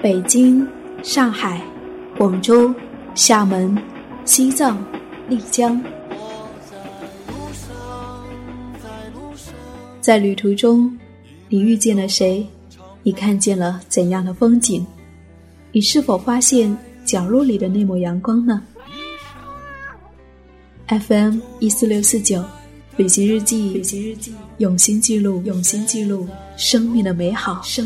北京、上海、广州、厦门、西藏、丽江。在旅途中，你遇见了谁？你看见了怎样的风景？你是否发现角落里的那抹阳光呢？ FM 14649旅行日记，用心记录生命的美好。听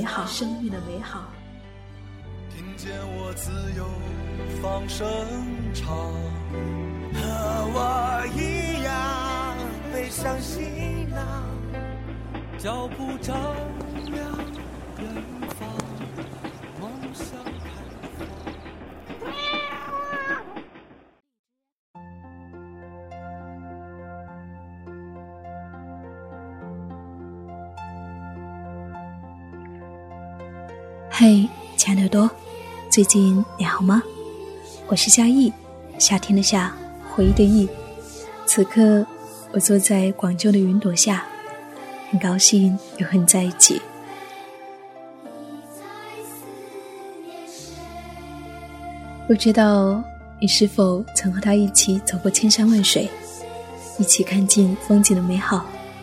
见我自由放声唱，和我一样背上行囊，脚步丈量远方，梦想开放。 嘿，亲爱的耳朵，最近你好吗？我是夏意，夏天的夏，回忆的忆。此刻我坐在广州的云朵下，很高兴又和你在一起。不知道你是否曾和他一起走过千山万水，一起看尽风景的美好。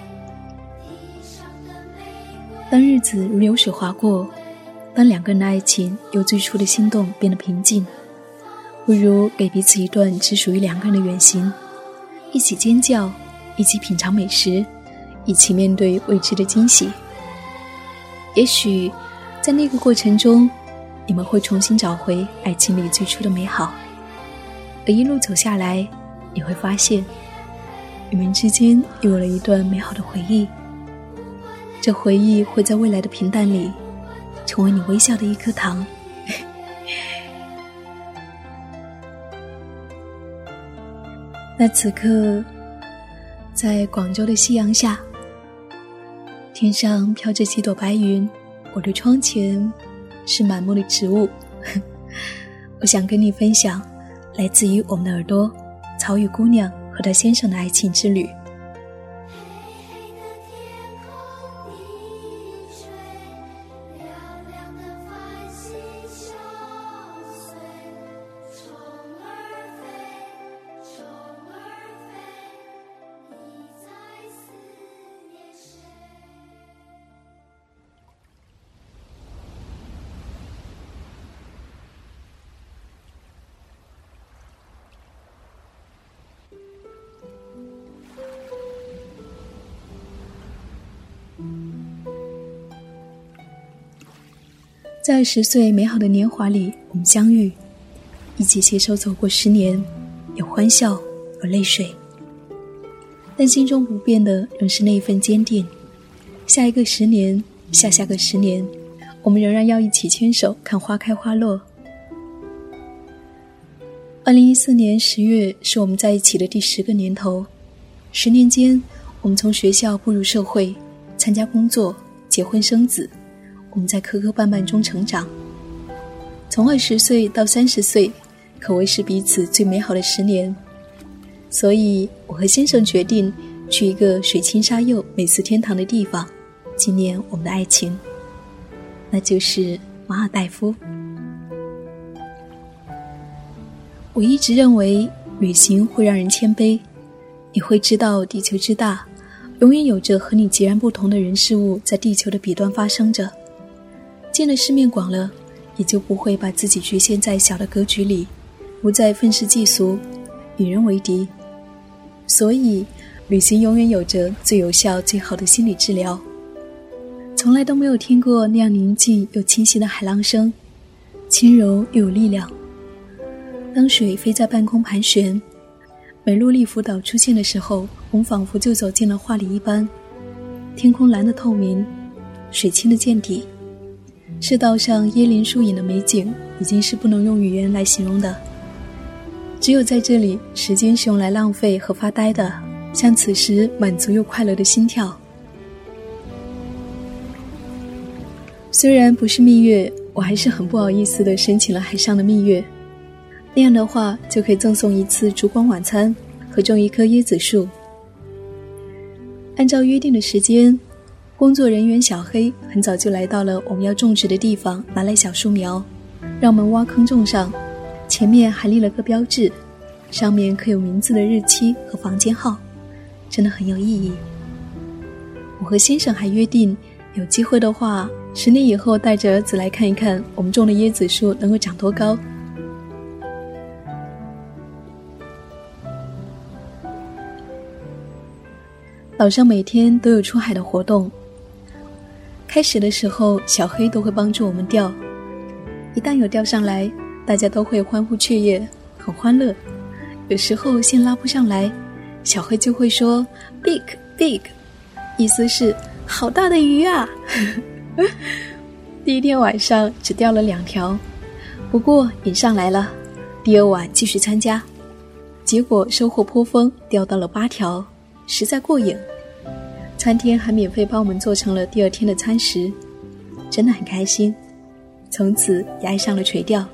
当日子如流水划过，当两个人的爱情由最初的心动变得平静，不如给彼此一段只属于两个人的远行，一起尖叫，一起品尝美食，一起面对未知的惊喜。也许在那个过程中，你们会重新找回爱情里最初的美好，而一路走下来，你会发现你们之间又有了一段美好的回忆。这回忆会在未来的平淡里成为你微笑的一颗糖。那此刻在广州的夕阳下，天上飘着几朵白云，我的窗前是满目的植物。我想跟你分享来自于我们的耳朵草语姑娘和她先生的爱情之旅。在10岁美好的年华里，我们相遇，一起携手走过10年，有欢笑，有泪水，但心中不变的仍是那一份坚定。下一个10年，下下个10年，我们仍然要一起牵手看花开花落。2014年10月是我们在一起的第10个年头，10年间，我们从学校步入社会，参加工作，结婚生子，我们在磕磕绊绊中成长。从20岁到30岁，可谓是彼此最美好的10年。所以我和先生决定去一个水清沙幼、美似天堂的地方，纪念我们的爱情，那就是马尔代夫。我一直认为旅行会让人谦卑，你会知道地球之大，永远有着和你截然不同的人事物在地球的彼端发生着。见了世面广了，也就不会把自己局限在小的格局里，不再愤世嫉俗，与人为敌。所以旅行永远有着最有效最好的心理治疗。从来都没有听过那样宁静又清晰的海浪声，轻柔又有力量。当水飞在半空盘旋，美陆利福岛出现的时候，我们仿佛就走进了画里一般。天空蓝的透明，水清的见底，赤道上椰林树影的美景已经是不能用语言来形容的。只有在这里，时间是用来浪费和发呆的，像此时满足又快乐的心跳。虽然不是蜜月，我还是很不好意思地申请了海上的蜜月，那样的话就可以赠送一次烛光晚餐和种一棵椰子树。按照约定的时间， 工作人员小黑很早就来到了我们要种植的地方，拿来小树苗，让我们挖坑种上，前面还立了个标志，上面刻有名字的日期和房间号，真的很有意义。我和先生还约定，有机会的话10年以后带着儿子来看一看我们种的椰子树能够长多高。岛上每天都有出海的活动，开始的时候小黑都会帮助我们钓，一旦有钓上来，大家都会欢呼雀跃，很欢乐。有时候线拉不上来，小黑就会说 big big， 意思是好大的鱼啊第一天晚上只钓了2条，不过瘾上来了，第2晚继续参加，结果收获颇丰，钓到了8条，实在过瘾。餐厅还免费帮我们做成了第2天的餐食，真的很开心，从此也爱上了垂钓。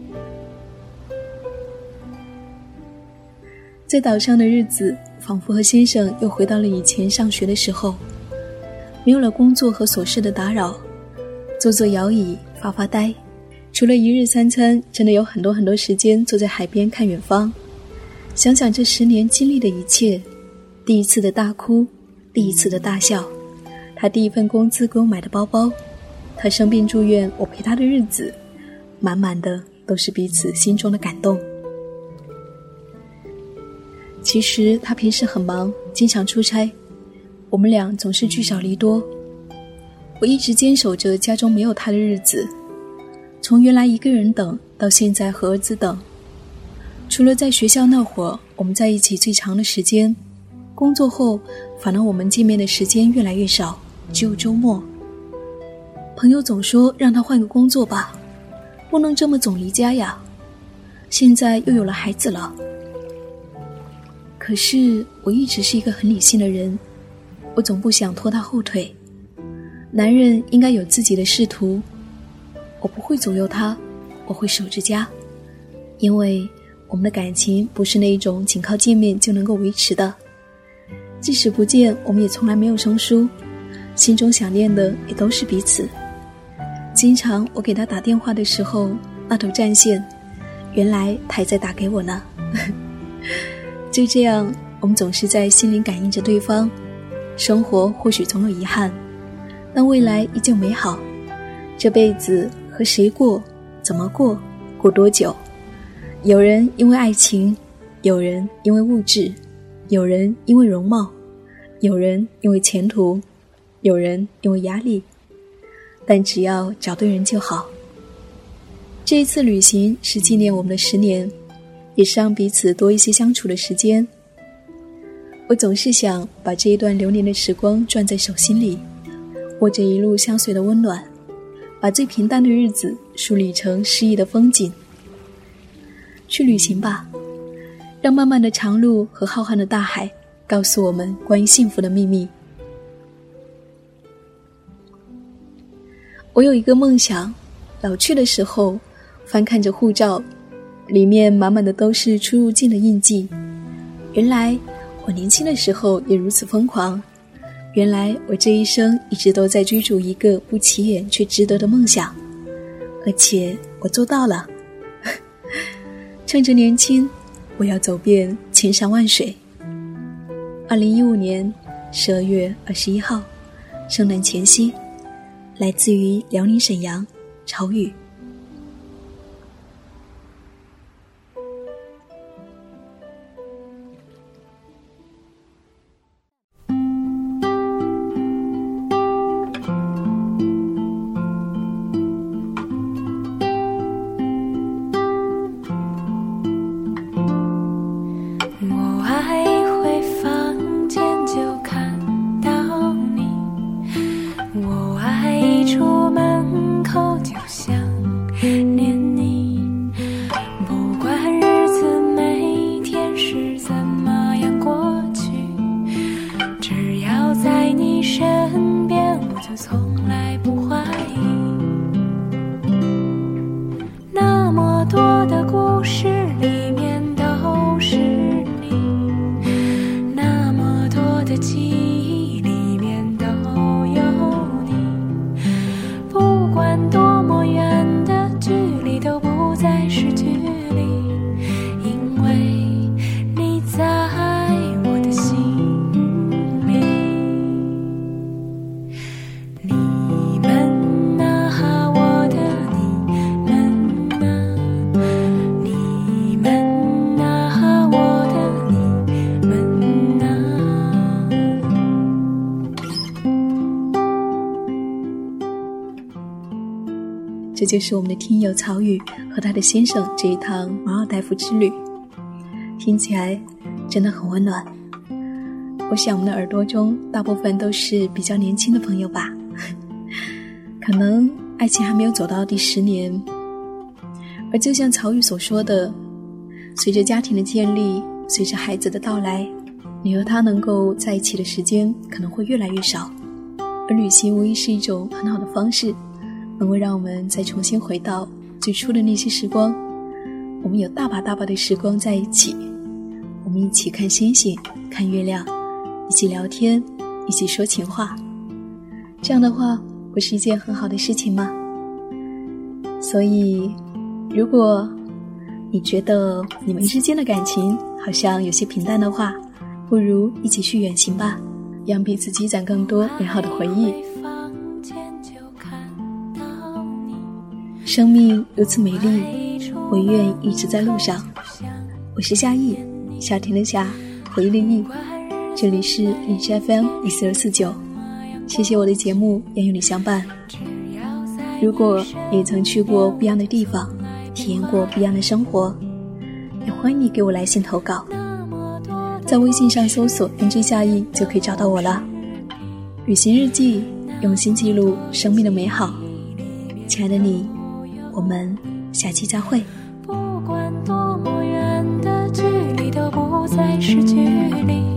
在岛上的日子仿佛和先生又回到了以前上学的时候，没有了工作和琐事的打扰，坐坐摇椅发发呆，除了1日3餐，真的有很多时间坐在海边看远方，想想这10年经历的一切，第一次的大哭，第一次的大笑，他第一份工资给我买的包包，他生病住院我陪他的日子，满满的都是彼此心中的感动。其实他平时很忙，经常出差，我们俩总是聚少离多。我一直坚守着家中没有他的日子，从原来一个人等到现在和儿子等。除了在学校那会儿我们在一起最长的时间，工作后反而我们见面的时间越来越少，只有周末。朋友总说让他换个工作吧，不能这么总离家呀，现在又有了孩子了。可是我一直是一个很理性的人，我总不想拖他后腿。男人应该有自己的仕途，我不会左右他，我会守着家，因为我们的感情不是那一种仅靠见面就能够维持的，即使不见，我们也从来没有生疏，心中想念的也都是彼此。经常我给他打电话的时候，那头占线，原来他也在打给我呢就这样，我们总是在心灵感应着对方。生活或许总有遗憾，但未来依旧美好。这辈子和谁过，怎么过，过多久，有人因为爱情，有人因为物质，有人因为容貌，有人因为前途，有人因为压力，但只要找对人就好。这一次旅行是纪念我们的10年，也是让彼此多一些相处的时间。我总是想把这一段流年的时光攥在手心里，握着一路相随的温暖，把最平淡的日子梳理成诗意的风景。去旅行吧，让漫漫的长路和浩瀚的大海告诉我们关于幸福的秘密。我有一个梦想，老去的时候翻看着护照，里面满满的都是出入境的印记。原来我年轻的时候也如此疯狂，原来我这一生一直都在追逐一个不起眼却值得的梦想，而且我做到了趁着年轻，我要走遍千山万水。2015年12月21号，圣诞前夕，来自于辽宁沈阳，朝雨。 记忆里面都有这就是我们的听友曹宇和他的先生这一趟马尔代夫之旅，听起来真的很温暖。我想我们的耳朵中大部分都是比较年轻的朋友吧，可能爱情还没有走到第10年，而就像曹宇所说的，随着家庭的建立，随着孩子的到来，你和他能够在一起的时间可能会越来越少，而旅行无疑是一种很好的方式，能够让我们再重新回到最初的那些时光。我们有大把大把的时光在一起，我们一起看星星，看月亮，一起聊天，一起说情话，这样的话不是一件很好的事情吗？所以如果你觉得你们之间的感情好像有些平淡的话，不如一起去远行吧，让彼此积攒更多美好的回忆。生命如此美丽，我愿一直在路上。我是夏意，夏天的夏，回忆的忆，这里是荔枝 FM 14249，谢谢我的节目也与你相伴。如果你曾去过不一样的地方，体验过不一样的生活，也欢迎你给我来信投稿，在微信上搜索 NJ 夏意就可以找到我了。旅行日记，用心记录生命的美好。亲爱的你，我们下期再会。 不管多么远的距离，都不再是距离。